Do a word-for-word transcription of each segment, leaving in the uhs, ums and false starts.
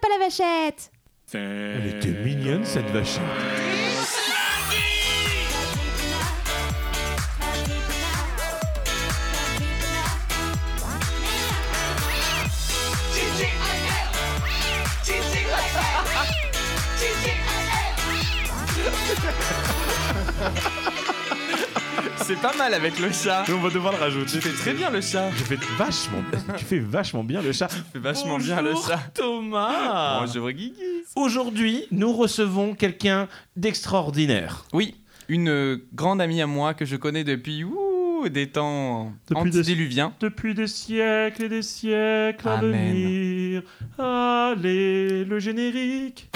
la vachette. Elle était mignonne, cette vachette. C'est pas mal avec le chat. On va devoir le rajouter. Tu fais très bien le chat. Je fais vachement, tu fais vachement bien le chat. Tu fais vachement Bonjour, bien le chat. Thomas. Bonjour Guigui. Aujourd'hui, nous recevons quelqu'un d'extraordinaire. Oui, une euh, grande amie à moi que je connais depuis ouh, des temps Depuis des- antédiluviens. Depuis des siècles et des siècles à Amen. venir. Allez, le générique.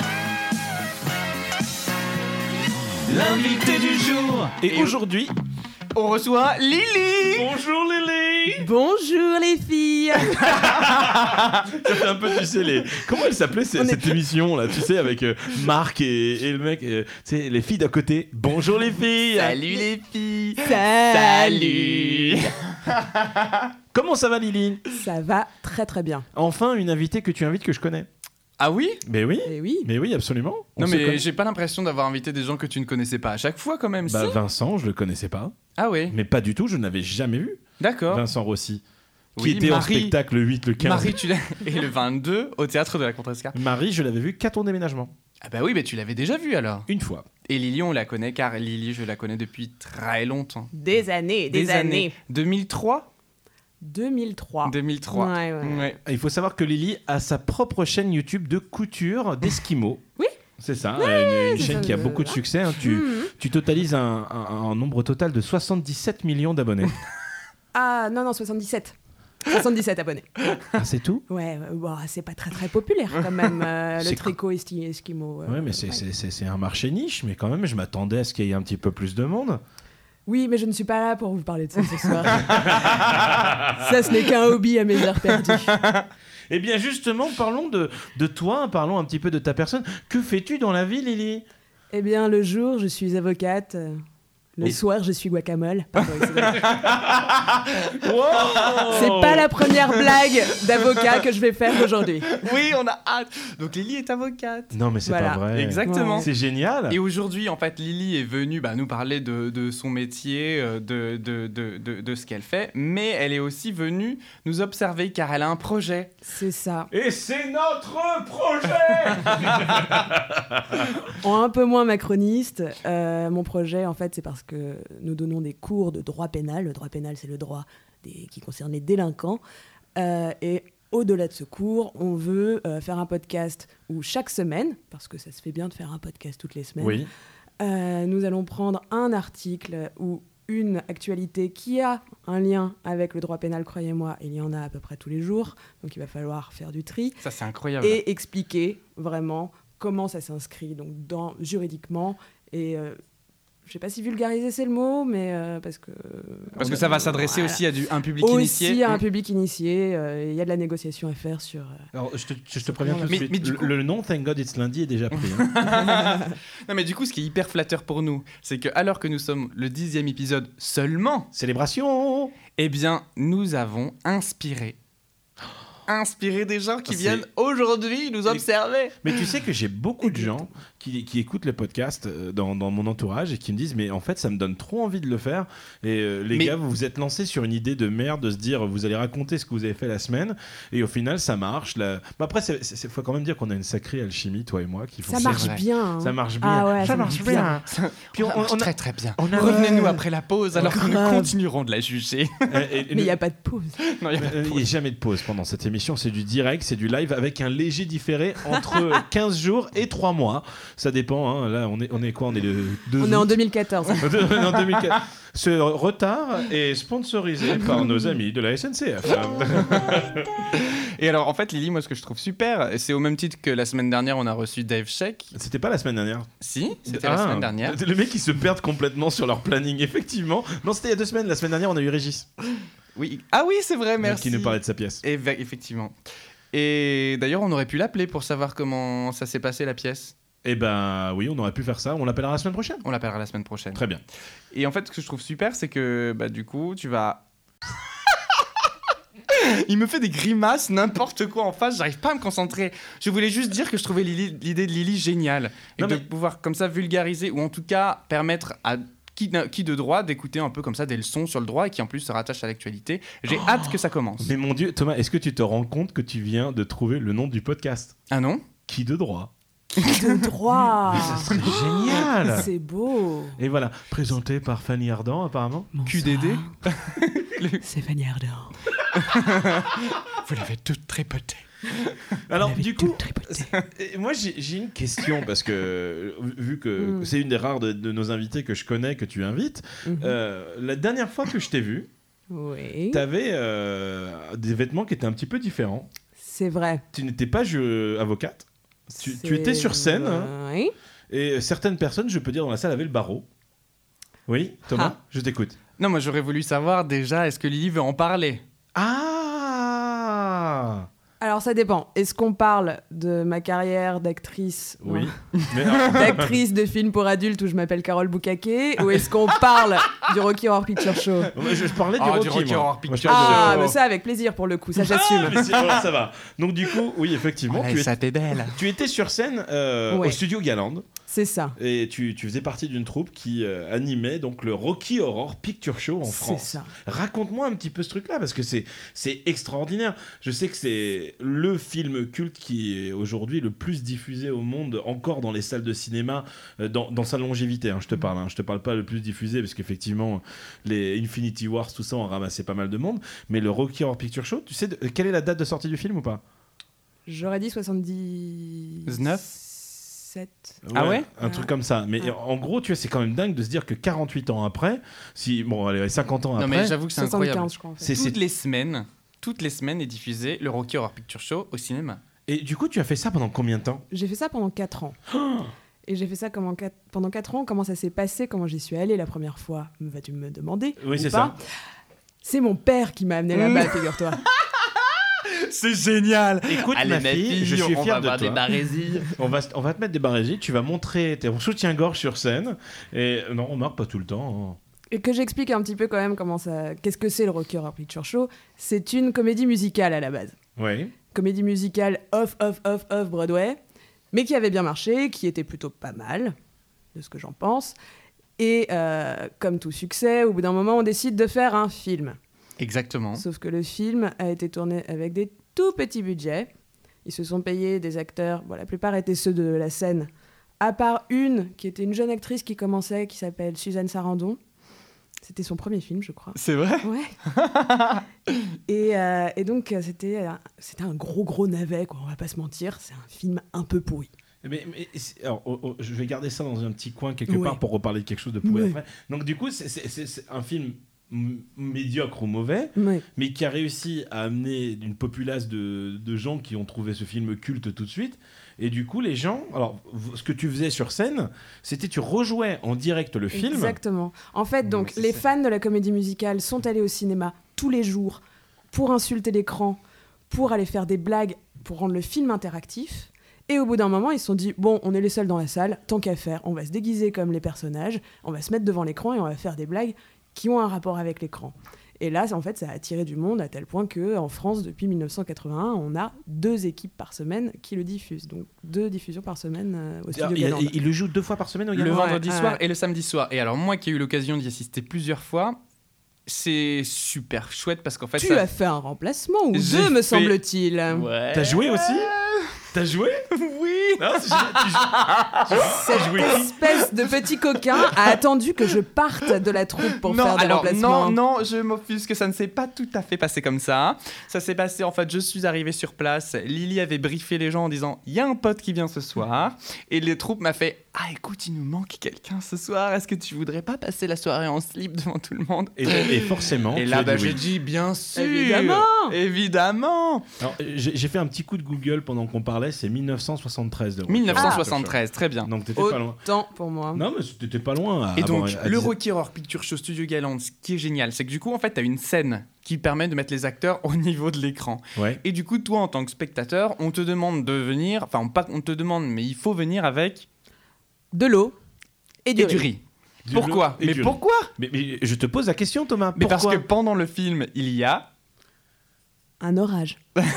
L'invité du jour. Et, aujourd'hui, on reçoit Lily. bonjour Lily. Bonjour les filles. Ça fait un peu, tu sais, les... comment elle s'appelait c- On est- cette émission là, tu sais, avec euh, Marc et, et le mec, euh, tu sais, les filles d'à côté. Bonjour les filles. Salut les filles. Salut. Comment ça va Lily? Ça va très très bien. Enfin, une invitée que tu invites que je connais. Ah oui? Mais oui, Et oui. mais oui, absolument. On Non se mais connaît. j'ai pas l'impression d'avoir invité des gens que tu ne connaissais pas à chaque fois quand même. Bah, si Vincent, je le connaissais pas. Ah oui, Mais pas du tout, je ne l'avais jamais vu. d'accord. Vincent Rossi. Qui Oui, était en Marie- spectacle le huit, le quinze. Marie, tu l'as... Et le vingt-deux au théâtre de la Contrescarpe. Marie, je l'avais vu qu'à ton déménagement. Ah bah oui, mais tu l'avais déjà vu alors. Une fois. Et Lily, on la connaît car Lily, je la connais depuis très longtemps. Des années, des, années. deux mille trois deux mille trois. deux mille trois. Ouais, ouais. Ouais. Il faut savoir que Lily a sa propre chaîne YouTube de couture d'esquimaux. Oui. C'est ça, une, une c'est chaîne ça, qui a je- beaucoup de voilà. succès. hein. Tu, Mhm. tu totalises un, un- un nombre total de soixante-dix-sept millions d'abonnés. Ah non, non, soixante-dix-sept. soixante-dix-sept abonnés. Ah, c'est tout? Ouais, ouais, bon, c'est pas très très populaire quand même, euh, le C'est tricot esti- esquimau. euh, Ouais, mais c'est, ouais. c'est, c'est, c'est un marché niche, mais quand même, je m'attendais à ce qu'il y ait un petit peu plus de monde. Oui, mais je ne suis pas là pour vous parler de ça ce soir. Ça, ce n'est qu'un hobby à mes heures perdues. Eh bien, justement, parlons de, de toi, parlons un petit peu de ta personne. Que fais-tu dans la vie, Lily? Eh bien, le jour, je suis avocate. euh, Le Et- soir, je suis guacamole. Pardon, excusez-moi. Wow C'est pas la première blague d'avocat que je vais faire aujourd'hui. Oui, on a hâte. Donc Lily est avocate. Non, mais c'est Voilà. pas vrai. Exactement. Ouais. C'est génial. Et aujourd'hui, en fait, Lily est venue bah, nous parler de, de son métier, euh, de, de, de, de, de ce qu'elle fait, mais elle est aussi venue nous observer car elle a un projet. C'est ça. Et c'est notre projet. En un peu moins macroniste, euh, mon projet, en fait, c'est parce que nous donnons des cours de droit pénal. Le droit pénal, c'est le droit des- qui concerne les délinquants. Euh, et au-delà de ce cours, on veut euh, faire un podcast où chaque semaine, parce que ça se fait bien de faire un podcast toutes les semaines, Oui. euh, nous allons prendre un article ou une actualité qui a un lien avec le droit pénal, croyez-moi, il y en a à peu près tous les jours, donc il va falloir faire du tri, Ça, c'est incroyable. et expliquer vraiment comment ça s'inscrit donc dans, juridiquement, et euh, je sais pas si vulgariser c'est le mot, mais euh, parce que... Parce on que a- ça va s'adresser voilà. aussi à du, un public Aussi initié. à un public initié, euh, il y a de la négociation à faire sur... euh, Alors, je te, je te préviens tout de Mais- suite. mais du le, coup- le nom Thank God It's Lundi est déjà pris. hein. Non, mais du coup, ce qui est hyper flatteur pour nous, c'est que alors que nous sommes le dixième épisode seulement, Célébration. eh bien, nous avons inspiré. Inspiré des gens qui C'est- viennent aujourd'hui nous observer. Mais tu sais que j'ai beaucoup de gens qui, qui écoutent le podcast euh, dans, dans mon entourage et qui me disent mais en fait ça me donne trop envie de le faire et euh, les Mais- gars vous vous êtes lancés sur une idée de merde de se dire vous allez raconter ce que vous avez fait la semaine et au final ça marche là. Mais après c'est, c'est, c'est- faut quand même dire qu'on a une sacrée alchimie toi et moi qui font Ça c'est marche vrai. bien. hein. ça marche bien Ah ouais, ça marche bien. Puis on, Ça marche on a- très très bien. on a- Revenez-nous Ouais. après la pause alors que nous Grave. continuerons de la juger. Euh, et- et Mais il nous- n'y a pas de pause. Non, y a pas de Euh, Il n'y pause. a jamais de pause pendant cette émission, c'est du direct, c'est du live avec un léger différé entre quinze jours et trois mois. Ça dépend, hein. Là on est, on est quoi? On est le deux On est en août. deux mille quatorze. En deux mille quatre. Ce retard est sponsorisé par nos amis de la S N C F. Et alors, en fait, Lily, moi, ce que je trouve super, c'est au même titre que la semaine dernière, on a reçu Dave Sheck. C'était pas la semaine dernière. Si, c'était Ah, la semaine dernière. Le mec, ils se perdent complètement sur leur planning, effectivement. Non, c'était il y a deux semaines. La semaine dernière, on a eu Régis. Oui. Ah oui, c'est vrai, merci. Qui nous parlait de sa pièce. Et ve- effectivement. Et d'ailleurs, on aurait pu l'appeler pour savoir comment ça s'est passé la pièce. Eh ben oui, on aurait pu faire ça. On l'appellera la semaine prochaine. On l'appellera la semaine prochaine. Très bien. Et en fait, ce que je trouve super, c'est que bah, du coup, tu vas. Il me fait des grimaces, n'importe quoi en face, j'arrive pas à me concentrer. Je voulais juste dire que je trouvais Lily- l'idée de Lily géniale. Et Non, de mais- pouvoir comme ça vulgariser, ou en tout cas permettre à qui, n'a- qui de droit d'écouter un peu comme ça des leçons sur le droit et qui en plus se rattachent à l'actualité. J'ai Oh. hâte que ça commence. Mais mon Dieu, Thomas, est-ce que tu te rends compte que tu viens de trouver le nom du podcast? Ah non? Qui de droit? De droit. Mais ça serait génial. C'est beau. Et voilà, présenté par Fanny Ardant apparemment. Q D D. C'est Fanny Ardant. Vous l'avez toute tripotée. Alors Vous l'avez du coup, tout tripoté. Et moi j'ai j'ai une question parce que euh, vu que Mm. c'est une des rares de, de nos invités que je connais que tu invites, Mhm. euh, la dernière fois que je t'ai vu, Oui. t'avais euh, des vêtements qui étaient un petit peu différents. C'est vrai. Tu n'étais pas je- avocate, tu, tu C'est étais sur scène hein, Oui. et certaines personnes, je peux dire dans la salle, avaient le barreau. Oui, Thomas, Ah. je t'écoute. Non, moi j'aurais voulu savoir déjà, est-ce que Lily veut en parler? Ah Alors ça dépend. Est-ce qu'on parle de ma carrière d'actrice Oui. non, Mais, d'actrice de films pour adultes où je m'appelle Carole Boucaquet ou est-ce qu'on parle du Rocky Horror Picture Show? je, je parlais du Ah, Rocky, du Rocky moi. Horror Moi, je Picture parlais du Ah, Rocky. mais ça avec plaisir pour le coup, ça j'assume. Ah, mais c'est- alors, ça va. Donc du coup, oui, effectivement, Ouais, tu, es- ça t'est belle. tu étais sur scène euh, Ouais. au studio Galande C'est ça. et tu, tu faisais partie d'une troupe qui euh, animait donc le Rocky Horror Picture Show en C'est France. ça. Raconte-moi un petit peu ce truc-là parce que c'est c'est extraordinaire. Je sais que c'est le film culte qui est aujourd'hui le plus diffusé au monde, encore dans les salles de cinéma, euh, dans, dans sa longévité. Hein, je te parle. Hein, je te parle pas le plus diffusé parce qu'effectivement les Infinity Wars tout ça ont ramassé pas mal de monde. Mais le Rocky Horror Picture Show, tu sais de- quelle est la date de sortie du film ou pas? J'aurais dit soixante-dix-neuf. sept. Ah ouais Un truc comme ça. Mais Ouais. en gros, tu vois, c'est quand même dingue de se dire que quarante-huit ans après, si bon, allez, cinquante ans Non, après, mais j'avoue que c'est incroyable. soixante-quinze, je crois. En fait. c'est c'est- Toutes les semaines, toutes les semaines est diffusé le Rocky Horror Picture Show au cinéma. Et du coup, tu as fait ça pendant combien de temps? J'ai fait ça pendant quatre ans. Et j'ai fait ça comment, quatre- pendant quatre ans. Comment ça s'est passé? Comment j'y suis allée la première fois? Vas-tu me demander? Oui, ou c'est pas ça. C'est mon père qui m'a amené là-bas, figure-toi. C'est génial. Écoute, Allez, ma ma fille, fille, je suis on fier va de avoir toi. des barésilles. On va, on va te mettre des barésies, tu vas montrer ton soutien-gorge sur scène. Et non, on marque pas tout le temps. hein. Et que j'explique un petit peu quand même comment ça... Qu'est-ce que c'est le Rocky Horror Picture Show? C'est une comédie musicale à la base. Oui. Comédie musicale off, off, off, off Broadway, mais qui avait bien marché, qui était plutôt pas mal, de ce que j'en pense. Et euh, comme tout succès, au bout d'un moment, on décide de faire un film. Exactement. Sauf que le film a été tourné avec des tout petits budgets. Ils se sont payés des acteurs, bon, la plupart étaient ceux de la scène, à part une qui était une jeune actrice qui commençait, qui s'appelle Suzanne Sarandon. C'était son premier film, je crois. C'est vrai? Ouais. et, euh, et donc, euh, c'était, un- c'était un gros, gros navet, quoi, on va pas se mentir. C'est un film un peu pourri. Mais, mais c'est- alors, oh, oh, je vais garder ça dans un petit coin quelque Oui. part pour reparler de quelque chose de pourri Oui. après. Donc du coup, c'est- c'est c'est- c'est un film m- médiocre ou mauvais, Ouais. mais qui a réussi à amener une populace de, de gens qui ont trouvé ce film culte tout de suite. Et du coup, les gens, alors v- ce que tu faisais sur scène, c'était tu rejouais en direct le film. Exactement. En fait, donc, c'est- les c'est- fans de la comédie musicale sont allés au cinéma tous les jours pour insulter l'écran, pour aller faire des blagues, pour rendre le film interactif. Et au bout d'un moment, ils se sont dit, bon, on est les seuls dans la salle, tant qu'à faire, on va se déguiser comme les personnages, on va se mettre devant l'écran et on va faire des blagues qui ont un rapport avec l'écran. Et là, ça, en fait, ça a attiré du monde à tel point qu'en France, depuis mille neuf cent quatre-vingt-un, on a deux équipes par semaine qui le diffusent. Donc, deux diffusions par semaine euh, au studio Alors, il, Galande. il le joue deux fois par semaine au Le Galland. Ouais, vendredi ouais. soir et le samedi soir. Et alors, moi qui ai eu l'occasion d'y assister plusieurs fois, c'est super chouette parce qu'en fait. Tu ça- as fait un remplacement, ou J'ai deux, me fait- semble-t-il. Ouais. T'as joué aussi T'as joué Oui. Non, c'est génial, tu joues- Cette joué qui espèce de petit coquin a attendu que je parte de la troupe pour non, faire des alors, remplacements. non, non, je m'offusque, ça ne s'est pas tout à fait passé comme ça. Ça s'est passé, en fait, je suis arrivé sur place, Lily avait briefé les gens en disant « Il y a un pote qui vient ce soir », et les troupes m'a fait « Ah, écoute, il nous manque quelqu'un ce soir, est-ce que tu voudrais pas passer la soirée en slip devant tout le monde ?» et, et forcément. Et tu là, as bah, dit j'ai oui. dit « Bien sûr !» Évidemment. Évidemment Alors, j'ai j'ai fait un petit coup de Google pendant qu'on parlait, c'est mille neuf cent soixante-treize. de Rocky mille neuf cent Horror soixante-treize, très bien. Picture Show. Donc t'étais pas loin. Autant pour moi. Non, mais t'étais pas loin. à- Et avant- donc, à le dix- Rocky Horror Picture Show Studio Galland, ce qui est génial, c'est que du coup, en fait, t'as une scène qui permet de mettre les acteurs au niveau de l'écran. Ouais. Et du coup, toi, en tant que spectateur, on te demande de venir, enfin, on, pas on te demande, mais il faut venir avec De l'eau et du et riz. du riz. Du Pourquoi lot et Mais du riz. pourquoi mais, mais je te pose la question, Thomas. Mais parce Pourquoi que pendant le film, il y a... Un orage.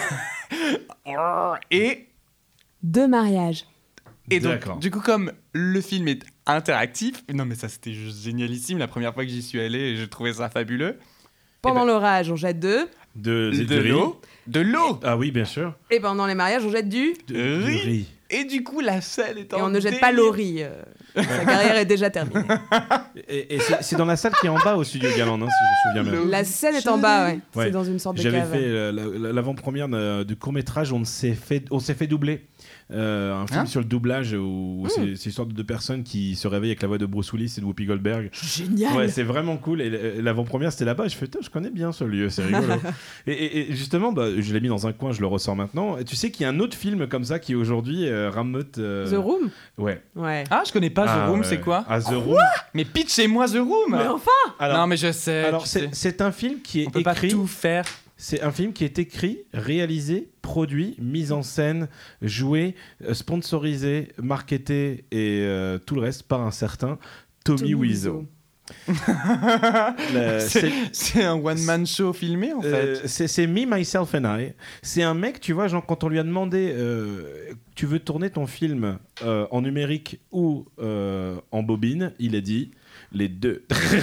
Et, Deux mariages. et donc, D'accord. du coup, comme le film est interactif, non mais ça c'était juste génialissime, la première fois que j'y suis allé, j'ai trouvé ça fabuleux. Pendant Eh ben- l'orage, on jette de... De, De, de riz. l'eau. De l'eau. Ah oui, bien sûr. Et pendant les mariages, on jette du... De, De du riz. riz. Et du coup, la scène est en Et on ne jette pas délire. Laurie. euh, sa carrière est déjà terminée. Et, et c'est, c'est dans la salle qui est en bas au studio Galland, hein, si je me souviens bien. Le- La scène est en bas, ouais. Ouais. C'est dans une sorte de J'avais cave. fait euh, la- la- l'avant-première de- du court-métrage, on s'est fait, on s'est fait doubler. Euh, un film Hein sur le doublage où Mm. c'est, c'est l'histoire de deux personnes qui se réveillent avec la voix de Bruce Willis et de Whoopi Goldberg. Génial. Ouais, c'est vraiment cool. Et l- l'avant-première, c'était là-bas. Et je fais, Tain, je connais bien ce lieu, c'est rigolo. et, et- et justement, bah, je l'ai mis dans un coin, je le ressors maintenant. Et tu sais qu'il y a un autre film comme ça qui aujourd'hui euh, rameute. euh, The Room. Ouais. Ouais. Ah, je connais pas The Ah, Room, ouais. c'est quoi Ah, The Room. Mais pitchez-moi The Room. Mais enfin. Alors, Non mais je sais. alors tu c'est, sais. c'est un film qui est On peut pas écrit. tout faire. C'est un film qui est écrit, réalisé, produit, mis en scène, joué, euh, sponsorisé, marketé et euh, tout le reste par un certain Tommy, Tommy Wiseau. Wiseau. Le- C'est c'est- c'est un one man show filmé en fait. Euh, c'est, c'est Me, Myself and I. C'est un mec, tu vois, genre quand on lui a demandé euh, tu veux tourner ton film euh, en numérique ou euh, en bobine, il a dit les deux.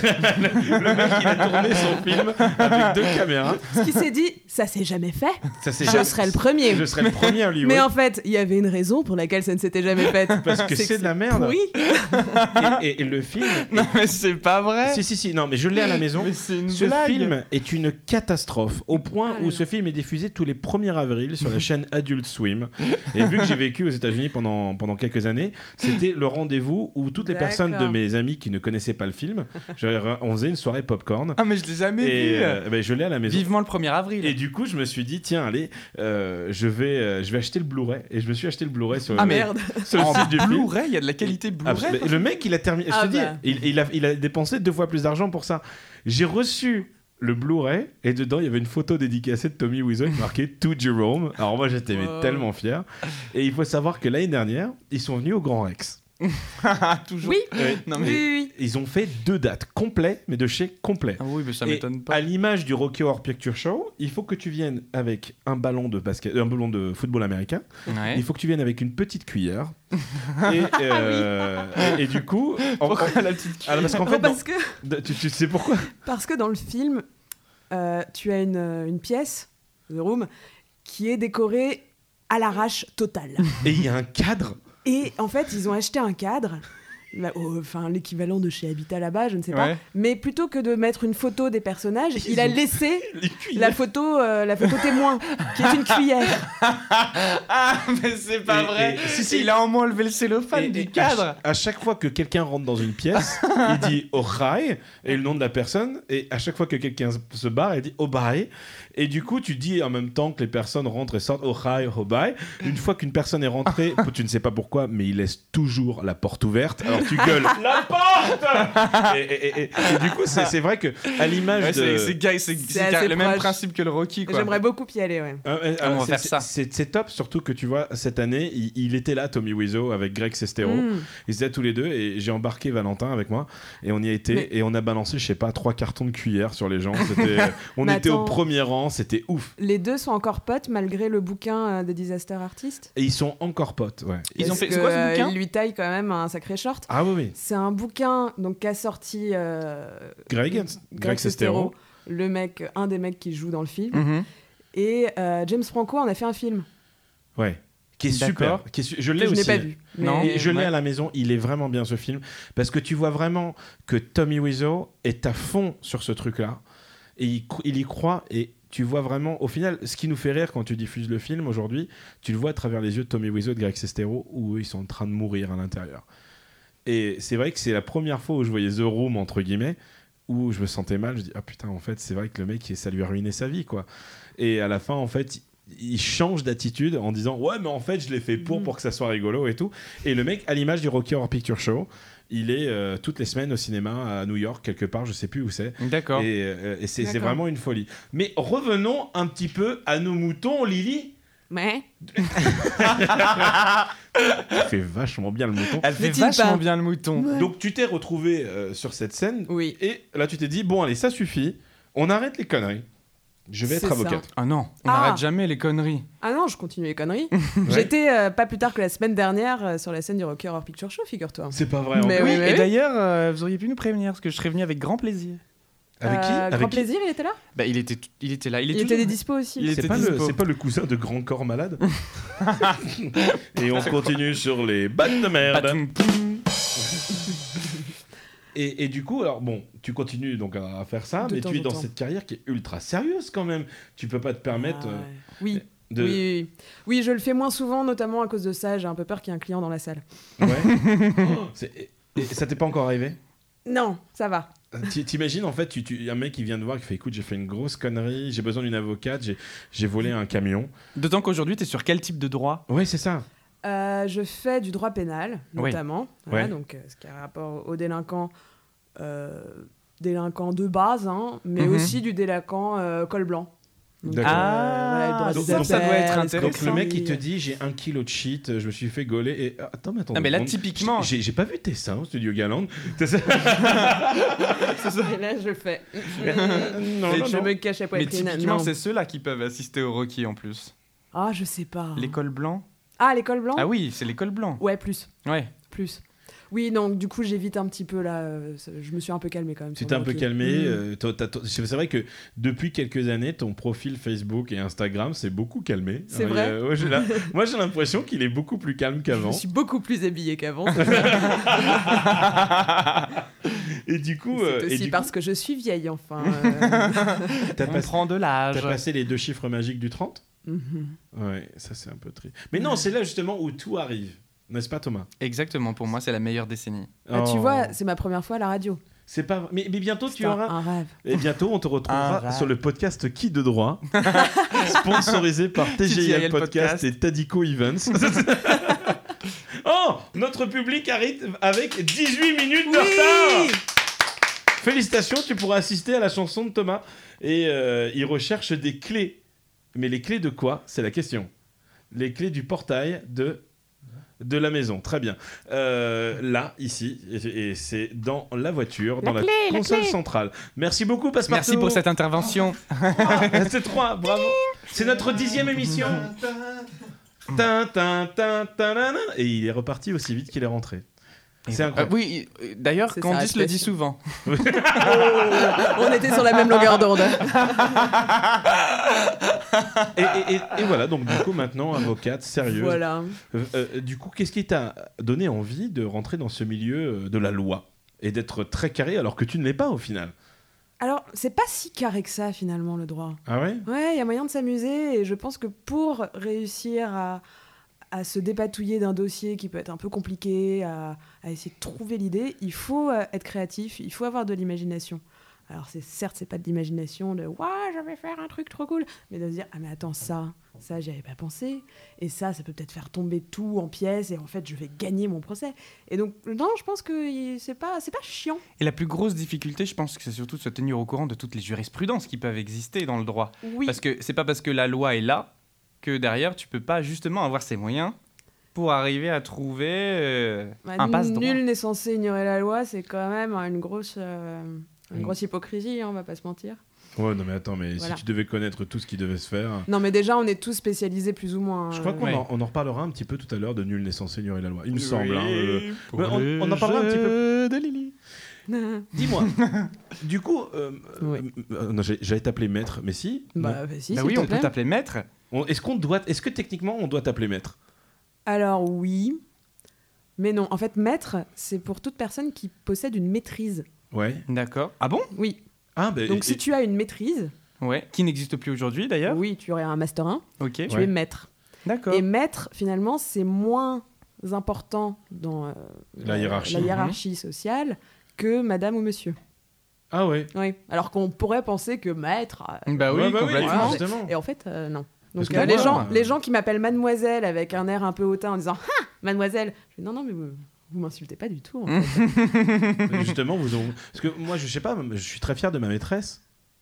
Le mec, il a tourné son film avec deux caméras. Ce qui s'est dit, ça s'est jamais fait. Ça, c'est Je jamais- serai le premier. Je serai le premier à Hollywood. Mais en fait, il y avait une raison pour laquelle ça ne s'était jamais fait. Parce que c'est de la merde. Oui. Et, et- et le film. Non mais c'est pas vrai. Si, si, si, non, mais je l'ai à la maison. Mais c'est une Ce blague. film est une catastrophe, au point Ah là où là. ce film est diffusé tous les premier avril sur la chaîne Adult Swim. Et vu que j'ai vécu aux États-Unis pendant, pendant quelques années, c'était le rendez-vous où toutes les D'accord. personnes de mes amis qui ne connaissaient pas le film, je- on faisait une soirée popcorn. Ah mais je l'ai jamais Et vu. euh, ben, je l'ai à la maison. Vivement le premier avril. Et du coup, je me suis dit, tiens, allez, euh, je, vais, euh, je vais acheter le Blu-ray. Et je me suis acheté le Blu-ray sur, Ah, le- Merde. sur le En site du film. Blu-ray, il y a de la qualité Ah, Blu-ray. mais le mec, il a terminé. Ah je te dis, bah. il, il a, il a dépensé deux fois plus d'argent pour ça. J'ai reçu le Blu-ray et dedans, il y avait une photo dédicacée de Tommy Wiseau avec marqué To Jerome. Alors moi, j'étais mais Wow. tellement fier. Et il faut savoir que l'année dernière, ils sont venus au Grand Rex. Toujours. Oui. Ouais. Non Oui, mais. oui, oui. Ils ont fait deux dates complets, mais de chez complet. Ah oui, mais ça Et m'étonne pas. à l'image du Rocky Horror Picture Show, il faut que tu viennes avec un ballon de basket, un ballon de football américain. Ouais. Il faut que tu viennes avec une petite cuillère. et, euh, et, et du coup, en- Pourquoi la petite alors, parce qu'en Non, fait, dans- parce, que, de- tu, tu sais pourquoi? parce que dans le film, euh, tu as une, une pièce, The Room, qui est décorée à l'arrache totale. Et il y a un cadre. Et en fait, ils ont acheté un cadre, là, au- enfin l'équivalent de chez Habitat là-bas, je ne sais pas. Ouais. Mais plutôt que de mettre une photo des personnages, Ils il a ont- laissé Les cuillères. la photo, euh, la photo témoin, qui est une cuillère. Ah, mais c'est pas Et- vrai. et- si, si. Il a au moins enlevé le cellophane Et- du et cadre. À, ch- à chaque fois que quelqu'un rentre dans une pièce, il dit Ohai et le nom de la personne. Et à chaque fois que quelqu'un se barre, il dit Obai. Et du coup, tu dis en même temps que les personnes rentrent et sortent Ohai, Obai. Une fois qu'une personne est rentrée, tu ne sais pas pourquoi, mais il laisse toujours la porte ouverte. Alors tu gueules La porte et, et- et- et- et du coup, c'est c'est vrai que à l'image Ouais, de. c'est c'est gay, c'est- c'est assez le même proche. principe que le Rocky quoi. J'aimerais beaucoup y aller, ouais. Ah, ouais, Ah, on va c'est- faire c'est- ça. C'est c'est top, surtout que tu vois, cette année, il, il était là, Tommy Wiseau, avec Greg Sestero. Mm. Ils étaient tous les deux et j'ai embarqué Valentin avec moi et on y a été Mais- et on a balancé, je sais pas, trois cartons de cuillère sur les gens. C'était- on Mais était au attends. premier rang, c'était ouf. Les deux sont encore potes malgré le bouquin euh, de Disaster Artist. Et ils sont encore potes, ouais. Ils ont Parce fait- que, c'est quoi ce euh, bouquin Il lui taille quand même un sacré short. Ah oui, oui. C'est un bouquin donc qu'a sorti euh, Greg, Greg, Greg Sestero. Sestero, le mec, un des mecs qui joue dans le film. Mhm. Et euh, James Franco en a fait un film Ouais. Qui est D'accord. super. Qui est su- Je que l'ai je aussi. n'ai pas vu. Non. Mais- Et je l'ai Ouais. à la maison, il est vraiment bien ce film parce que tu vois vraiment que Tommy Wiseau est à fond sur ce truc-là et il, cro- il y croit et tu vois vraiment, au final, ce qui nous fait rire quand tu diffuses le film aujourd'hui, tu le vois à travers les yeux de Tommy Wiseau et de Greg Sestero où eux, ils sont en train de mourir à l'intérieur. Et c'est vrai que c'est la première fois où je voyais The Room entre guillemets où je me sentais mal. Je dis ah putain en fait c'est vrai que le mec ça lui a ruiné sa vie quoi. Et à la fin en fait il change d'attitude en disant ouais mais en fait je l'ai fait pour Mhm. pour que ça soit rigolo et tout. Et le mec à l'image du Rocky Horror Picture Show, il est euh, toutes les semaines au cinéma à New York quelque part, je sais plus où c'est. D'accord. Et, euh, et c'est c'est D'accord. vraiment une folie. Mais revenons un petit peu à nos moutons, Lily. Mais Tu fais vachement bien le mouton. Elle fait N'est-il vachement pas bien le mouton. Ouais. Donc tu t'es retrouvé euh, sur cette scène oui. et là tu t'es dit bon allez ça suffit, on arrête les conneries. Je vais être C'est ça. avocate. Ah non, on Ah. n'arrête jamais les conneries. Ah non, je continue les conneries. Ouais. J'étais euh, pas plus tard que la semaine dernière euh, sur la scène du Rocky Horror Picture Show, figure-toi. C'est pas vrai. Mais encore. oui, Oui, oui, et oui. d'ailleurs, euh, vous auriez pu nous prévenir, parce que je serais venu avec grand plaisir. Avec qui Euh, Avec Grand qui plaisir, il était là Bah, il était, il était là. Il, est Il était toujours- des dispos aussi. Il C'est était pas, le, dispo. c'est pas le cousin de Grand Corps Malade. Et on continue sur les battes de merde. Batoum, poum. Et, et du coup, alors bon, tu continues donc à, à faire ça, De mais temps tu es en dans temps. cette carrière qui est ultra sérieuse quand même. Tu peux pas te permettre Ah, euh, ouais. Oui. de. Oui, oui, oui. Oui, je le fais moins souvent, notamment à cause de ça. J'ai un peu peur qu'il y ait un client dans la salle. Ouais. Oh, c'est- et, et ça t'est pas encore arrivé? Non, ça va. T'i- T'imagines en fait, tu, tu- un mec qui vient te voir qui fait écoute, j'ai fait une grosse connerie, j'ai besoin d'une avocate, j'ai, j'ai volé un camion. D'autant qu'aujourd'hui, t'es sur quel type de droit? Ouais, c'est ça. Euh, je fais du droit pénal, Oui. notamment. Voilà, Ouais. donc, euh, ce qui a rapport aux délinquants, euh, délinquants de base, hein, mais Mhm. aussi du délinquant euh, col blanc. Donc, D'accord. voilà, le droit Ah, des donc ça doit être appels, intéressant. Donc le mec il te escroqueries. dit j'ai un kilo de shit, je me suis fait gauler et ah, attends mais attends. Ah, mais deux là, secondes. typiquement- j'ai, j'ai pas vu tes seins au studio Galant. C'est ça. Et là, je fais. non, Et non, je non. me cache à Mais poitrine. typiquement, non. c'est ceux-là qui peuvent assister au Rocky en plus. Ah, je sais pas. L'école blanc. Ah, l'école blanc Ah oui, c'est l'école blanc. Ouais, plus. Ouais. Plus. Oui, donc du coup, j'évite un petit peu là. euh, ça- Je me suis un peu calmée quand même. Tu sur t'es le un peu Rocky. calmé. Mhm. euh, t'as- t'as- t'as- c'est vrai que depuis quelques années, ton profil Facebook et Instagram s'est beaucoup calmé. C'est Euh, vrai euh, ouais, j'ai la- Moi, j'ai l'impression qu'il est beaucoup plus calme Je qu'avant. me suis beaucoup plus habillée qu'avant. Et du coup, C'est euh, et aussi du parce coup, que je suis vieille, enfin. euh. t'as On passé, prend de l'âge. t'as passé les deux chiffres magiques du trente. Mhm. Ouais, ça c'est un peu triste. Mais non, c'est là justement où tout arrive, n'est-ce pas, Thomas? Exactement, pour moi, c'est la meilleure décennie. Ah, tu Oh. vois, c'est ma première fois à la radio. C'est pas. Mais, mais bientôt tu C'est un, auras. un rêve. Et bientôt, on te Un retrouvera rêve. sur le podcast Qui de droit, sponsorisé par T G I L T G I L Podcast, Podcast. et Tadico Events. Oh, notre public arrive avec dix-huit minutes de retard. Félicitations, tu pourras assister à la chanson de Thomas. Et euh, il recherche des clés. Mais les clés de quoi? C'est la question. Les clés du portail de de la maison. Très bien. Euh, là, ici, et, et c'est dans la voiture, dans la, clé, la console clé. centrale. Merci beaucoup, Passepartout. Merci pour cette intervention. C'est trois, bravo. C'est notre dixième émission. Tin, tin, tin, tin, nan, nan. Et il est reparti aussi vite qu'il est rentré. C'est Euh, incroyable. oui, euh, d'ailleurs, C'est Candice sa le dit réputation. souvent. On était sur la même longueur d'onde. Et, et- et- et voilà, donc du coup, maintenant, avocate, sérieuse. Voilà. Euh, euh, du coup, qu'est-ce qui t'a donné envie de rentrer dans ce milieu euh, de la loi et d'être très carré alors que tu ne l'es pas au final? Alors, c'est pas si carré que ça, finalement, le droit. Ah ouais? Ouais, il y a moyen de s'amuser et je pense que pour réussir à, à se dépatouiller d'un dossier qui peut être un peu compliqué, à, à essayer de trouver l'idée, il faut euh, être créatif, il faut avoir de l'imagination. Alors, c'est, certes, c'est pas de l'imagination de « Waouh, je vais faire un truc trop cool », mais de se dire « Ah, mais attends, ça, ça, j'y avais pas pensé, et ça, ça peut peut-être faire tomber tout en pièces, et en fait, je vais gagner mon procès. » Et donc, non, je pense que y- c'est pas, c'est pas chiant. Et la plus grosse difficulté, je pense que c'est surtout de se tenir au courant de toutes les jurisprudences qui peuvent exister dans le droit. Oui, Parce que c'est pas parce que la loi est là que derrière, tu peux pas justement avoir ces moyens pour arriver à trouver euh, bah, un passe-droit. nul n'est censé ignorer la loi, c'est quand même une grosse... euh, Une Mm. grosse hypocrisie, hein, on va pas se mentir. Ouais, non mais attends, mais Voilà. si tu devais connaître tout ce qui devait se faire... Non, mais déjà, on est tous spécialisés plus ou moins. Je crois euh, qu'on Ouais. en, on en reparlera un petit peu tout à l'heure de Nul n'est censé ignorer la loi. Il me Oui, semble. hein, euh. pour Ouais, on- les on en parlera un petit peu. jeux de Lily. Dis-moi, du coup, euh, Oui. euh, non, j'ai- j'allais t'appeler maître, mais si. non. bah, bah, si, Bah s'il oui, te on peut plaît. t'appeler maître. On- Est-ce qu'on doit, est-ce que techniquement on doit t'appeler maître? Alors, oui. Mais non, en fait, maître, c'est pour toute personne qui possède une maîtrise. Ouais. D'accord. Ah bon? Oui. Ah ben. Donc, et- si tu as une maîtrise, Ouais. Qui n'existe plus aujourd'hui d'ailleurs. oui, tu aurais un master un, Ok. tu Ouais. es maître. D'accord. Et maître, finalement, c'est moins important dans euh, La hiérarchie. la hiérarchie sociale que madame ou monsieur. Ah ouais. Oui. Alors qu'on pourrait penser que maître. euh, Bah oui, Ouais, bah complètement. Voilà. justement. Et en fait, euh, non. Parce Donc que euh, moi, les, gens, euh, les gens qui m'appellent mademoiselle avec un air un peu hautain en disant « Ah, mademoiselle !» Je dis « Non, non, mais vous, vous m'insultez pas du tout. En fait. Justement, vous ont... parce que moi, je sais pas, je suis très fier de ma maîtresse.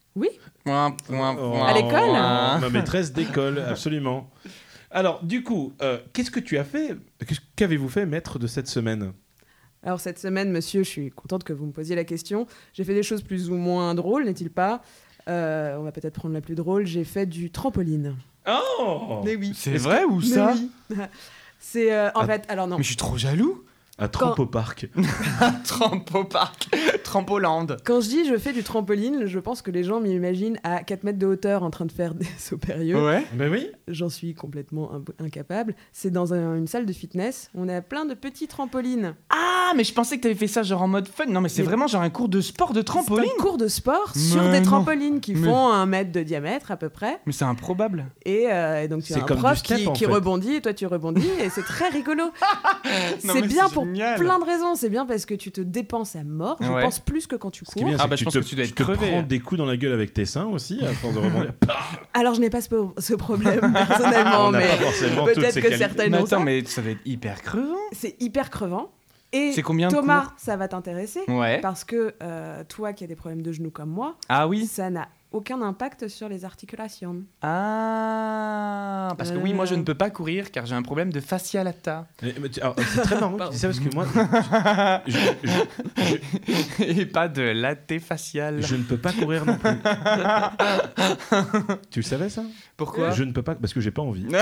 Point, point, Oh, point. À l'école ma maîtresse d'école, absolument. Alors, du coup, euh, qu'est-ce que tu as fait? Qu'est-ce- Qu'avez-vous fait, maître, de cette semaine? Alors cette semaine, monsieur, je suis contente que vous me posiez la question. J'ai fait des choses plus ou moins drôles, n'est-il pas ? Euh, on va peut-être prendre la plus drôle. J'ai fait du trampoline. Oh Mais oui. C'est vrai ou Mais ça? oui. C'est euh, en Ah. fait, alors non. Mais je suis trop jaloux. À Trampopark. Trampopark, Trampoland. Quand je dis je fais du trampoline, je pense que les gens m'imaginent à quatre mètres de hauteur en train de faire des sauts périlleux. Ouais. Ben oui. J'en suis complètement imp- incapable. C'est dans un- une salle de fitness. On a plein de petits trampolines. Ah, mais je pensais que t'avais fait ça genre en mode fun. Non, mais c'est Mais- vraiment genre un cours de sport de trampoline. C'est un cours de sport sur Mais des non. trampolines qui Mais- font un mètre de diamètre à peu près. Mais c'est improbable. Et, euh, et donc tu C'est as un comme du prof step, qui, en qui fait. rebondit et toi tu rebondis et c'est très rigolo. Non, C'est mais bien c'est pour génial. plein de raisons. C'est bien parce que tu te dépenses à mort. Je Ouais. pense plus que quand tu Ce qui est cours. bien, Ah c'est bah, que je tu pense te, que tu dois être te crevé. prends des coups dans la gueule avec tes seins aussi, à force de rebondir. Alors je n'ai pas ce, ce problème personnellement, On n'a mais pas forcément toutes peut-être ces que qualités. certaines Mais ont attends, ça. mais ça va être hyper crevant. C'est hyper crevant. Et C'est combien de Thomas, cours ça va t'intéresser Ouais. parce que euh, toi qui as des problèmes de genoux comme moi, Ah oui. ça n'a aucun impact sur les articulations. Ah. Parce que oui, moi je ne peux pas courir car j'ai un problème de fascialata. Mais- mais tu- alors, c'est très marrant que tu dis ça parce que moi, je, je- Et pas de latte facial. je ne peux pas courir non plus. Tu le savais ça? Pourquoi? Je ne peux pas parce que j'ai pas envie.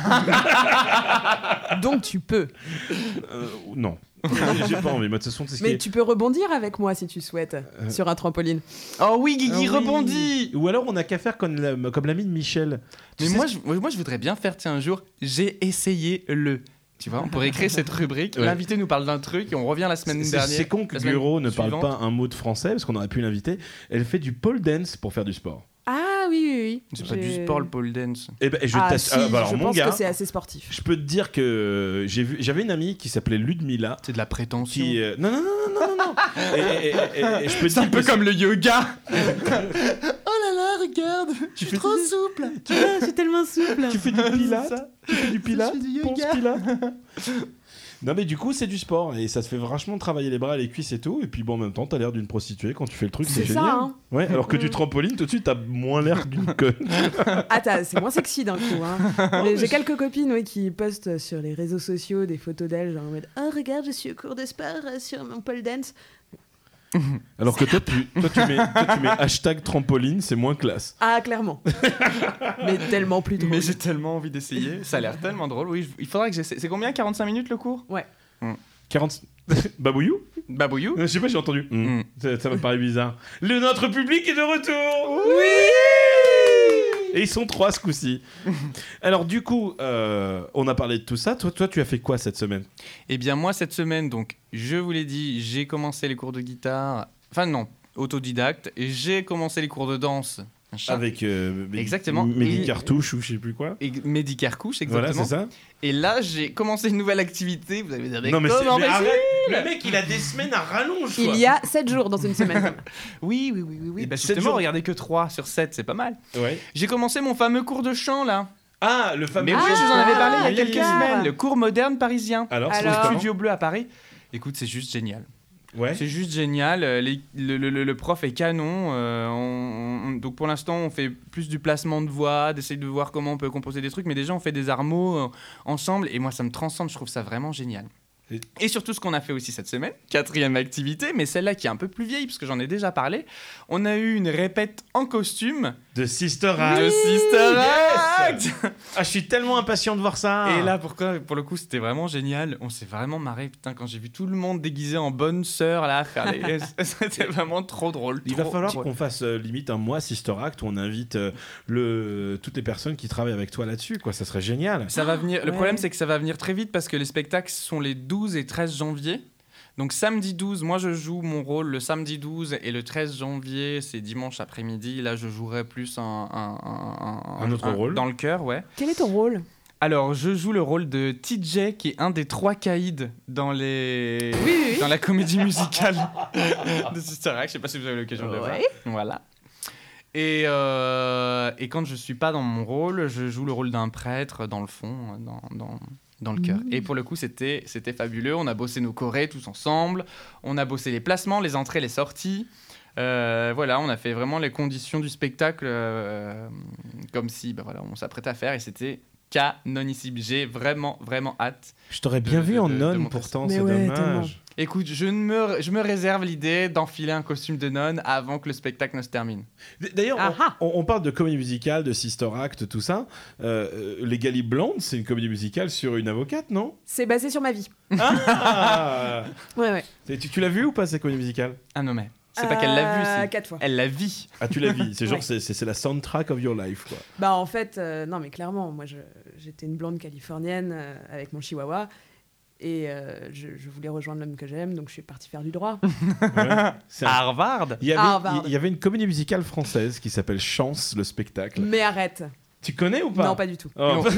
Donc tu peux. Euh, non. J'ai pas envie. Moi, de toute façon, c'est ce qui Mais est- tu peux rebondir avec moi si tu souhaites sur un trampoline. Oh oui, Guigui Ah oui. rebondit. Ou alors, on n'a qu'à faire comme la- comme l'ami de Michel. Tu Mais sais moi ce- je, moi, je voudrais bien faire, tiens, un jour, j'ai essayé le. Tu vois, on pourrait créer cette rubrique. Ouais. L'invité nous parle d'un truc et on revient la semaine c'est- dernière. c'est con que la semaine Guro ne parle suivante. pas un mot de français parce qu'on aurait pu l'inviter. Elle fait du pole dance pour faire du sport. Ah oui, oui, oui. C'est pas J'ai- du sport, le pole dance. Et ben, et je Ah t'ass- si, ah, bah alors, je mon pense gars, que c'est assez sportif. je peux te dire que j'ai vu, j'avais une amie qui s'appelait Ludmilla. C'est de la prétention. Qui, euh, non, non, non, non, non, non, non. Et, et- et- et- et je peux te C'est un dire peu que comme le yoga. Oh là là, regarde, je suis trop souple. Ah, c'est tellement souple. tu fais du pilates, tu fais du pilates, Je fais du ponce yoga. pilates. Non mais du coup c'est du sport et ça te fait vachement travailler les bras, les cuisses et tout et puis bon en même temps t'as l'air d'une prostituée quand tu fais le truc, c'est C'est ça, génial. hein. Ouais, alors que tu Mm. trampolines tout de suite t'as moins l'air d'une conne. Ah, t'as- c'est moins sexy d'un coup. Hein. Mais j'ai quelques copines oui, qui postent sur les réseaux sociaux des photos d'elles, genre en mode oh, regarde, je suis au cours de sport euh, sur mon pole dance. Alors que toi tu, toi, tu mets, toi, tu mets hashtag trampoline, c'est moins classe. Ah, clairement. Mais tellement plus drôle. Mais j'ai tellement envie d'essayer. Ça a l'air tellement drôle. Oui, je- il faudra que j'essaie. C'est combien? quarante-cinq minutes le cours? quarante... Babouillou Babouillou? Je sais pas, j'ai entendu. Mm. Mm. Ça, ça me paraît bizarre. Le notre public est de retour. Oui. Et ils sont trois ce coup-ci. Alors du coup, euh, on a parlé de tout ça. Toi, toi, tu as fait quoi cette semaine? Eh bien, moi, cette semaine, donc, je vous l'ai dit, j'ai commencé les cours de guitare. Enfin, non, autodidacte. Et j'ai commencé les cours de danse. machin. Avec euh, Mehdi- Exactement. Mehdi Et- Cartouche ou je sais plus quoi. Et Mehdi Carcouche, Voilà, exactement. c'est ça. Et là, j'ai commencé une nouvelle activité. Vous allez me dire, mais Non mais, c'est, comment mais mais arrête. Le mec, il a des semaines à rallonge. Il y a sept jours dans une semaine. Oui, oui, oui, oui. oui. Eh ben, sept justement, jours. regardez que trois sur sept, c'est pas mal. Ouais. J'ai commencé mon fameux cours de chant, là. Ah, le fameux. Mais oui, Ah, je vous en avais parlé il y a d'accord. quelques semaines. Le cours moderne parisien. Alors, c'est Alors comment Studio Bleu à Paris. Écoute, c'est juste génial. Ouais. C'est juste génial. euh, les- le, le- le- le prof est canon. euh, on- on- donc pour l'instant, on fait plus du placement de voix, d'essayer de voir comment on peut composer des trucs. Mais déjà, on fait des armos euh, ensemble. Et moi, ça me transcende. Je trouve ça vraiment génial. Et- Et surtout, ce qu'on a fait aussi cette semaine, quatrième activité, mais celle-là qui est un peu plus vieille, parce que j'en ai déjà parlé. On a eu une répète en costume De Sister Act. de Sister Yes. Act. Ah, je suis tellement impatient de voir ça. Et là, pourquoi, pour le coup, c'était vraiment génial. On s'est vraiment marré, putain, quand j'ai vu tout le monde déguisé en bonne sœur, là, faire les... C'était vraiment trop drôle. Il va trop falloir drôle. qu'on fasse euh, limite un mois Sister Act où on invite euh, le, toutes les personnes qui travaillent avec toi là-dessus, quoi. Ça serait génial. Ça va venir... Le Ouais. problème, c'est que ça va venir très vite parce que les spectacles sont les douze et treize janvier. Donc samedi douze, moi je joue mon rôle le samedi douze et le treize janvier, c'est dimanche après-midi. Là, je jouerai plus un, un, un, Un autre rôle. Dans le cœur, ouais. Quel est ton rôle? Alors, je joue le rôle de T J, qui est un des trois caïds dans les... Oui, oui, oui. dans la comédie musicale de Sister Act. Je sais pas si vous avez l'occasion de le voir. Ouais. Voilà. Et, euh, et quand je suis pas dans mon rôle, je joue le rôle d'un prêtre dans le fond, dans, dans, dans le cœur. Mmh. Et pour le coup, c'était, c'était fabuleux. On a bossé nos chorés tous ensemble. On a bossé les placements, les entrées, les sorties. Euh, voilà, on a fait vraiment les conditions du spectacle euh, comme si bah voilà, on s'apprêtait à faire et c'était canonissime. J'ai vraiment, vraiment hâte. Je t'aurais De- bien de- vu en de- de nonne montrer pourtant, ça. c'est Mais ouais, dommage. Écoute, je, ne me, je me réserve l'idée d'enfiler un costume de nonne avant que le spectacle ne se termine. D'ailleurs, Ah ah. on, on parle de comédie musicale, de Sister Act, tout ça. Euh, Legally Blonde, c'est une comédie musicale sur une avocate, non? C'est basé sur ma vie. Ah Ouais, ouais. tu, tu l'as vu ou pas, cette comédie musicale? Ah non, mais c'est pas qu'elle l'a vu, Euh, c'est quatre fois. elle la vit. Ah, tu l'as vu. C'est genre, Ouais. c'est, c'est, c'est la soundtrack of your life, quoi. Bah en fait, euh, non mais clairement, moi je- j'étais une blonde californienne euh, avec mon chihuahua et euh, je, je voulais rejoindre l'homme que j'aime, donc je suis partie faire du droit. Ouais. C'est un- Harvard. Il y, avait, Harvard. il y avait une comédie musicale française qui s'appelle Chance, le spectacle. Mais arrête. Tu connais ou pas? Non, pas du tout. Oh. Non.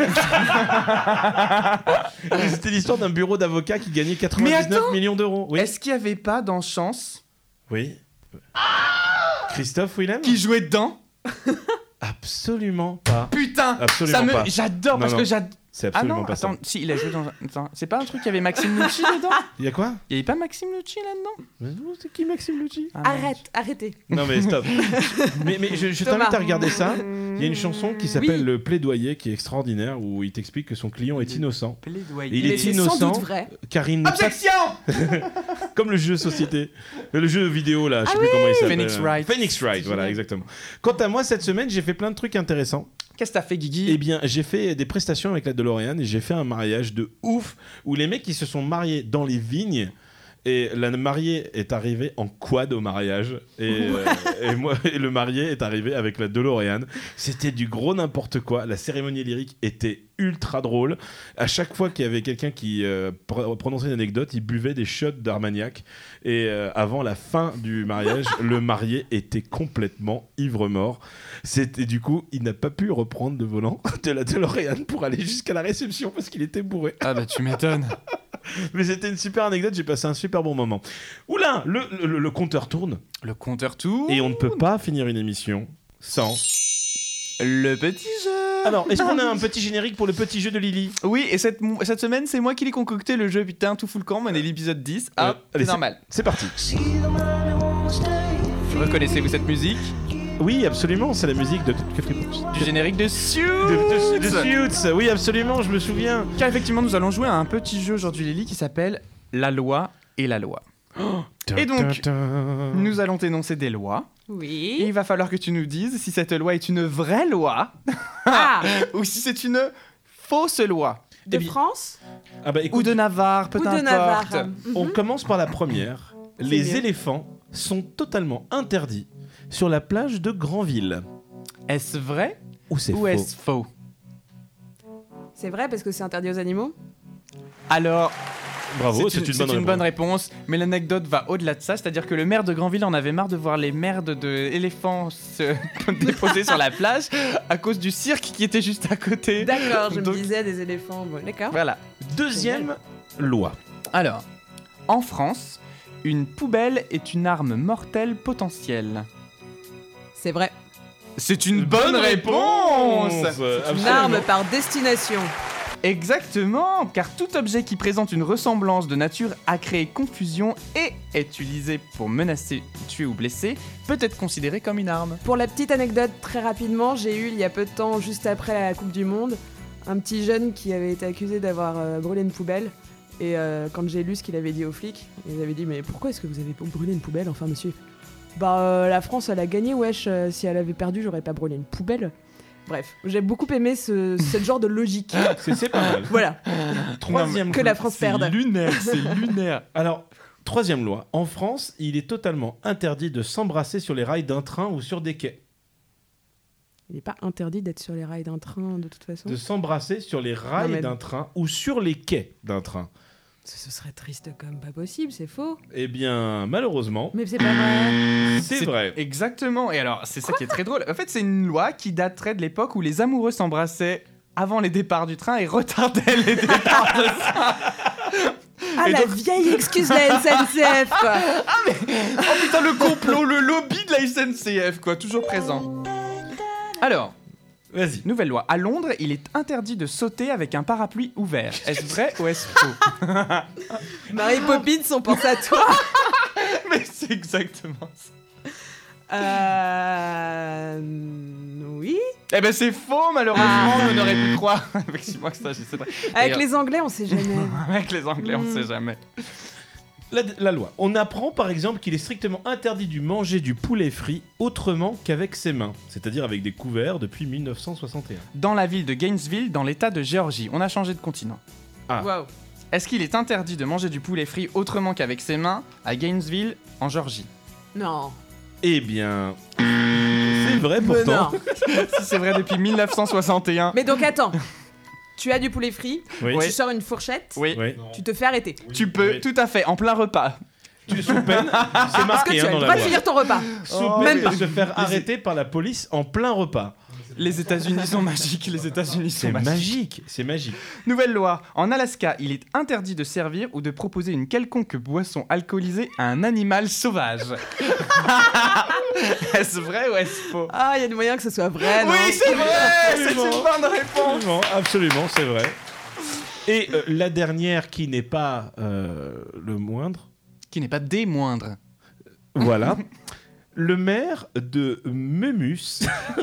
C'était l'histoire d'un bureau d'avocats qui gagnait Mais quatre-vingt-dix-neuf attends millions d'euros. Oui. Est-ce qu'il y avait pas dans Chance Oui. Christophe Willem? qui jouait dedans? Absolument pas. Putain, Absolument ça me pas. j'adore Non, parce non. que j'adore. C'est Ah absolument non, pas attends, ça. si il a joué dans un... Attends, c'est pas un truc qui avait Maxime Lucci dedans? Il y a quoi? Il y avait pas Maxime Lucci là-dedans? Mais non, c'est qui Maxime Lucci? Ah, merde. Arrête, arrêtez. Non mais stop. mais mais je, je Thomas. t'invite à regarder ça. Il y a une chanson qui s'appelle Oui. Le Plaidoyer qui est extraordinaire où il t'explique que son client est innocent. Plaidoyer. Il Mais est c'est innocent. sans doute vrai. Car il ne Objection. comme le jeu de société, le jeu vidéo là, je sais Ah plus comment il s'appelle. Phoenix Wright. Phoenix Wright, voilà exactement. Quant à moi cette semaine, j'ai fait plein de trucs intéressants. Qu'est-ce que t'as fait, Guigui? Eh bien, j'ai fait des prestations avec la DeLorean et j'ai fait un mariage de ouf où les mecs qui se sont mariés dans les vignes et la mariée est arrivée en quad au mariage et, euh, et moi et le marié est arrivé avec la DeLorean. C'était du gros n'importe quoi. La cérémonie lyrique était ultra drôle. À chaque fois qu'il y avait quelqu'un qui euh, pr- prononçait une anecdote, il buvait des shots d'Armagnac et euh, avant la fin du mariage, le marié était complètement ivre-mort. C'était du coup, il n'a pas pu reprendre le volant de la DeLorean pour aller jusqu'à la réception parce qu'il était bourré. Ah bah tu m'étonnes. Mais c'était une super anecdote, j'ai passé un super bon moment. Oula, le, le, le compteur tourne Le compteur tourne. et on ne peut pas finir une émission sans... Le petit jeu. Alors, est-ce qu'on a un petit générique pour le petit jeu de Lily? Oui, et cette, cette semaine, c'est moi qui l'ai concocté le jeu, putain, tout fout le camp, on est l'épisode dix. Ah, Euh, allez, c'est normal. C'est parti. Reconnaissez-vous cette musique? Oui, absolument, c'est la musique de... Du générique de Suits. De, de, de Suits, oui, absolument, je me souviens. Car effectivement, nous allons jouer à un petit jeu aujourd'hui, Lily, qui s'appelle La loi et la loi. Et donc, nous allons t'énoncer des lois. Et Oui. il va falloir que tu nous dises si cette loi est une vraie loi Ah, ou si c'est une fausse loi. de Eh bien- France Ah bah Ou écoute, de Navarre, peu ou de importe. Navarre. on Mhm. commence par la première. Les mieux. éléphants sont totalement interdits sur la plage de Granville. Est-ce vrai Ou c'est ou faux? est-ce faux? C'est vrai parce que c'est interdit aux animaux. Alors, Bravo, c'est c'est une, bonne, c'est une bonne réponse. réponse, mais l'anecdote va au-delà de ça, c'est-à-dire que le maire de Granville en avait marre de voir les merdes d'éléphants se déposer sur la plage à cause du cirque qui était juste à côté. D'accord, je Donc- me disais des éléphants. Bon, d'accord. Voilà. Deuxième loi. Alors, en France, une poubelle est une arme mortelle potentielle. C'est vrai. C'est une bonne réponse. Une Absolument. arme par destination. Exactement, car tout objet qui présente une ressemblance de nature à créer confusion et est utilisé pour menacer, tuer ou blesser peut être considéré comme une arme. Pour la petite anecdote, très rapidement, j'ai eu il y a peu de temps, juste après la Coupe du Monde, un petit jeune qui avait été accusé d'avoir euh, brûlé une poubelle. Et euh, quand j'ai lu ce qu'il avait dit aux flics, ils avaient dit mais pourquoi est-ce que vous avez brûlé une poubelle, enfin monsieur? Bah euh, la France elle a gagné, wesh, euh, si elle avait perdu j'aurais pas brûlé une poubelle. Bref, j'ai beaucoup aimé ce, ce genre de logique. C'est c'est pas mal. Voilà, Troisième que la France C'est perde. lunaire, c'est lunaire. Alors, troisième loi. En France, il est totalement interdit de s'embrasser sur les rails d'un train ou sur des quais. Il n'est pas interdit d'être sur les rails d'un train de toute façon. De s'embrasser sur les rails Non, mais- d'un train ou sur les quais d'un train. Ce, ce serait triste comme pas possible, c'est faux. Eh bien, malheureusement, Mais c'est pas vrai. c'est vrai. Exactement, et alors c'est ça qui est très drôle. En fait, c'est une loi qui daterait de l'époque où les amoureux s'embrassaient avant les départs du train et retardaient les départs de train. Ah Et la donc- vieille excuse de la N C F quoi. Oh putain, le complot, le lobby de la S N C F, quoi, toujours présent. Alors, Vas-y. nouvelle loi. À Londres, il est interdit de sauter avec un parapluie ouvert. Est-ce vrai ou est-ce faux? Marie Poppins, on pense à toi. Mais c'est exactement ça. Euh... Oui. Eh ben c'est faux, malheureusement, Ah. on aurait pu croire. Effectivement que ça, je sais pas. Avec D'ailleurs- les Anglais, on sait jamais. Avec les Anglais, on Mm. sait jamais. La, la loi. On apprend par exemple qu'il est strictement interdit de manger du poulet frit autrement qu'avec ses mains, c'est-à-dire avec des couverts depuis mille neuf cent soixante et un. Dans la ville de Gainesville, dans l'état de Géorgie, on a changé de continent. Ah. Waouh. Est-ce qu'il est interdit de manger du poulet frit autrement qu'avec ses mains à Gainesville, en Géorgie? Non. Eh bien, c'est vrai pourtant. Si c'est vrai depuis mille neuf cent soixante et un. Mais donc attends. Tu as du poulet frit, Oui. Ouais. tu sors une fourchette, Oui, Oui. tu te fais arrêter. tu peux, Oui. tout à fait, en plein repas. Tu sous peine, c'est Est-ce que marqué tu hein, as le dans droit la de loi. finir ton repas? Sous Oh, peine même pas. de se faire arrêter par la police en plein repas. Les États-Unis sont magiques, les États-Unis sont C'est magiques. magique, c'est magique. Nouvelle loi. En Alaska, il est interdit de servir ou de proposer une quelconque boisson alcoolisée à un animal sauvage. Est-ce vrai ou est-ce faux? Ah, il y a des moyens que ce soit vrai, non? Oui, c'est vrai. C'est une Absolument. bonne réponse. Absolument, absolument, c'est vrai. Et euh, la dernière qui n'est pas euh, le moindre, Qui n'est pas des moindres. voilà. Le maire de Memus,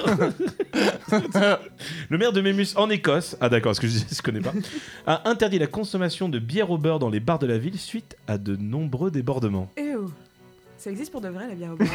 le maire de Memus en Écosse, ah d'accord, parce que je ne connais pas, a interdit la consommation de bière au beurre dans les bars de la ville suite à de nombreux débordements. Eh oh. Ça existe pour de vrai, la bière au beurre?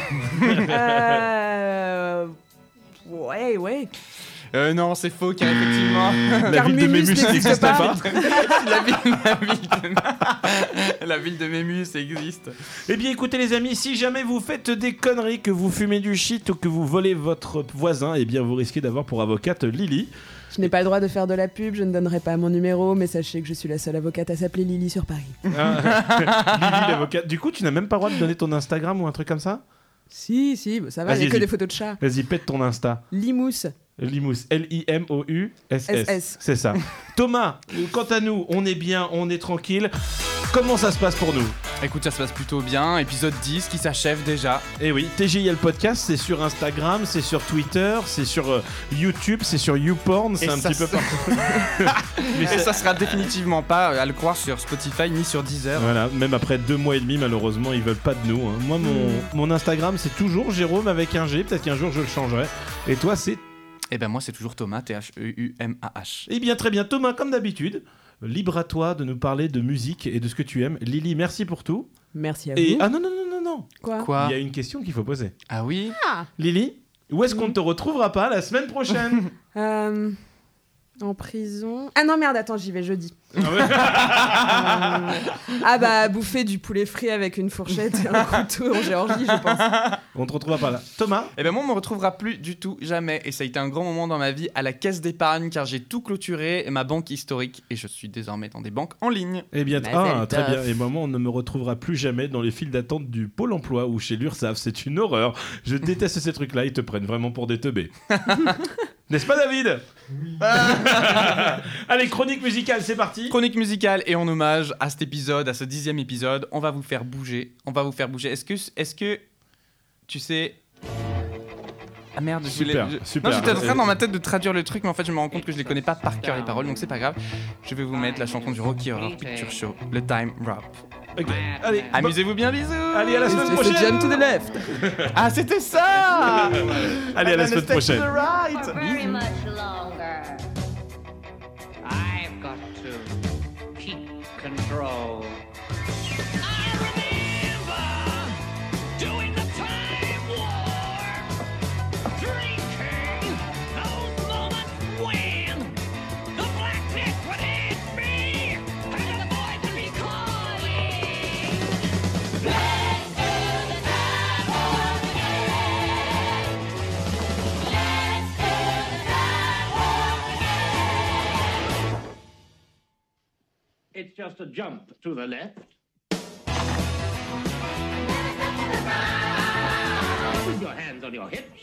euh... Ouais, ouais. Euh, non, c'est faux, car effectivement, La Car ville de Memus Memus n'existe n'existe pas. pas. la ville, la ville de, la ville de Mémus existe. Eh bien écoutez les amis, si jamais vous faites des conneries, que vous fumez du shit ou que vous volez votre voisin, eh bien vous risquez d'avoir pour avocate Lily. Je n'ai pas le droit de faire de la pub, je ne donnerai pas mon numéro, mais sachez que je suis la seule avocate à s'appeler Lily sur Paris. Ah, Lily l'avocate. Du coup tu n'as même pas le droit de donner ton Instagram ou un truc comme ça? Si, si, bah ça va, il Vas-y, n'y a que vas-y. des photos de chats. Vas-y, pète ton Insta. Limous. Limous, L I M O U S S. S S. C'est ça. Thomas, quant à nous, on est bien, on est tranquille. Comment ça se passe pour nous? Écoute, ça se passe plutôt bien. Épisode dix qui s'achève déjà. Eh oui, T G I L Podcast, c'est sur Instagram, c'est sur Twitter, c'est sur euh, YouTube, c'est sur YouPorn, c'est Et un ça petit peu se- partout. Mais Et ça- ça sera définitivement pas, euh, à le croire, sur Spotify ni sur Deezer. Voilà, même après deux mois et demi, malheureusement, ils veulent pas de nous. hein. Moi, mon, mon Instagram, c'est toujours Jérôme avec un G. Peut-être qu'un jour, je le changerai. Et toi, c'est... Et ben moi, c'est toujours Thomas, T H E U M A H. Eh bien, très bien. Thomas, comme d'habitude, libre à toi de nous parler de musique et de ce que tu aimes. Lily, merci pour tout. Merci à Et... vous. Ah non, non, non, non, non. Quoi? Quoi Il y a une question qu'il faut poser. Ah oui. Lily, où est-ce qu'on ne te retrouvera pas la semaine prochaine? Euh, En prison. Ah non, merde, attends, j'y vais jeudi. Ah ouais. Euh, Ah bah, bouffer du poulet frit avec une fourchette et un couteau en Géorgie, je pense. On te retrouvera pas là. Thomas, Et ben moi, on me retrouvera plus du tout, jamais. Et ça a été un grand moment dans ma vie à la caisse d'épargne, car j'ai tout clôturé, et ma banque historique, et je suis désormais dans des banques en ligne. eh bien, Bah, ah, c'est très tough. bien. Et moi, on ne me retrouvera plus jamais dans les files d'attente du Pôle emploi ou chez l'URSSAF. C'est une horreur. Je déteste ces trucs-là. Ils te prennent vraiment pour des teubés. N'est-ce pas, David? Allez, chronique musicale, c'est parti. Chronique musicale, et en hommage à cet épisode, à ce dixième épisode, on va vous faire bouger. On va vous faire bouger. Est-ce que, est-ce que, tu sais... Ah merde, je Super, voulais- je- super. Non, j'étais en train dans ma tête de traduire le truc, mais en fait, je me rends compte que je les connais pas par cœur les paroles, donc c'est pas grave. Je vais vous mettre la chanson du Rocky Horror Picture Show, le Time Rap. Ok. Allez, Amusez-vous bien, bisous. Allez, à la semaine C'est prochaine. jump to the left. Ah, c'était ça. Allez, à la semaine prochaine. For very much longer. I've got to keep control. I remember doing the time war, drinking those moments when the black pit would hit me and the boys would be calling. Let's do the time war again. Let's do the time war again. It's just a jump to the left. With your hands on your hips.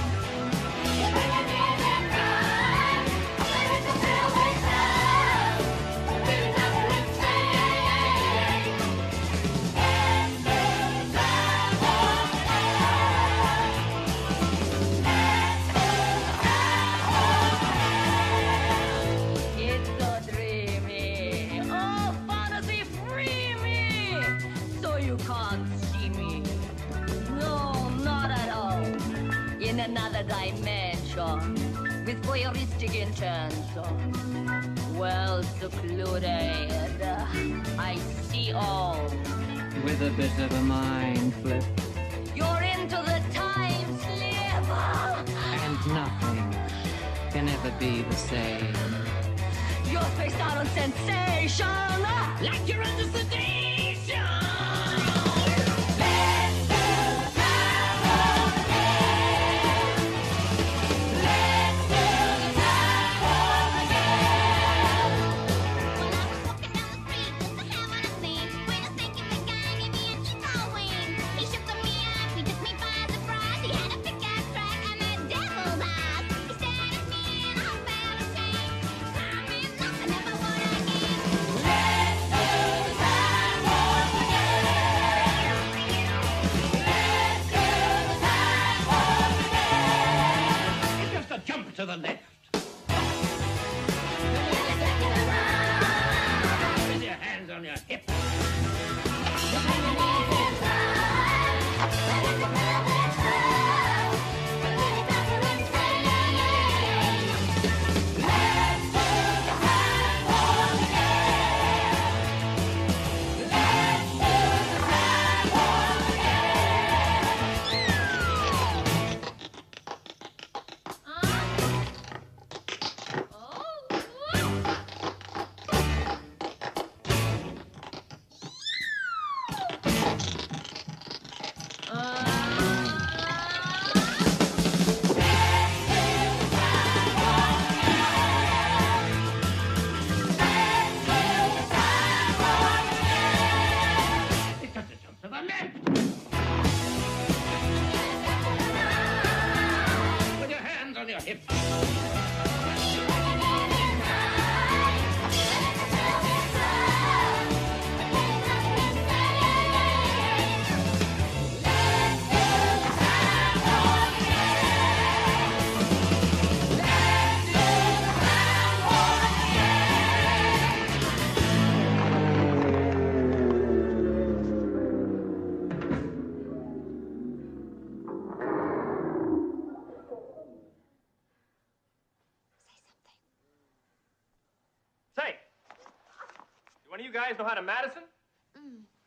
It's so dreamy, oh fantasy free me, so you can't see me. No, not at all. In another dimension, with voyeuristic intention. Well secluded, I see all. with a bit of a mind flip. You're into the time slip. And nothing can ever be the same. You're spaced out on sensation. Like you're under sedation. Just a jump to the left. With your hands on your hips. It's just a jump to the left. With your hands on your hips. Say, do one of you guys know how to Madison? Mm.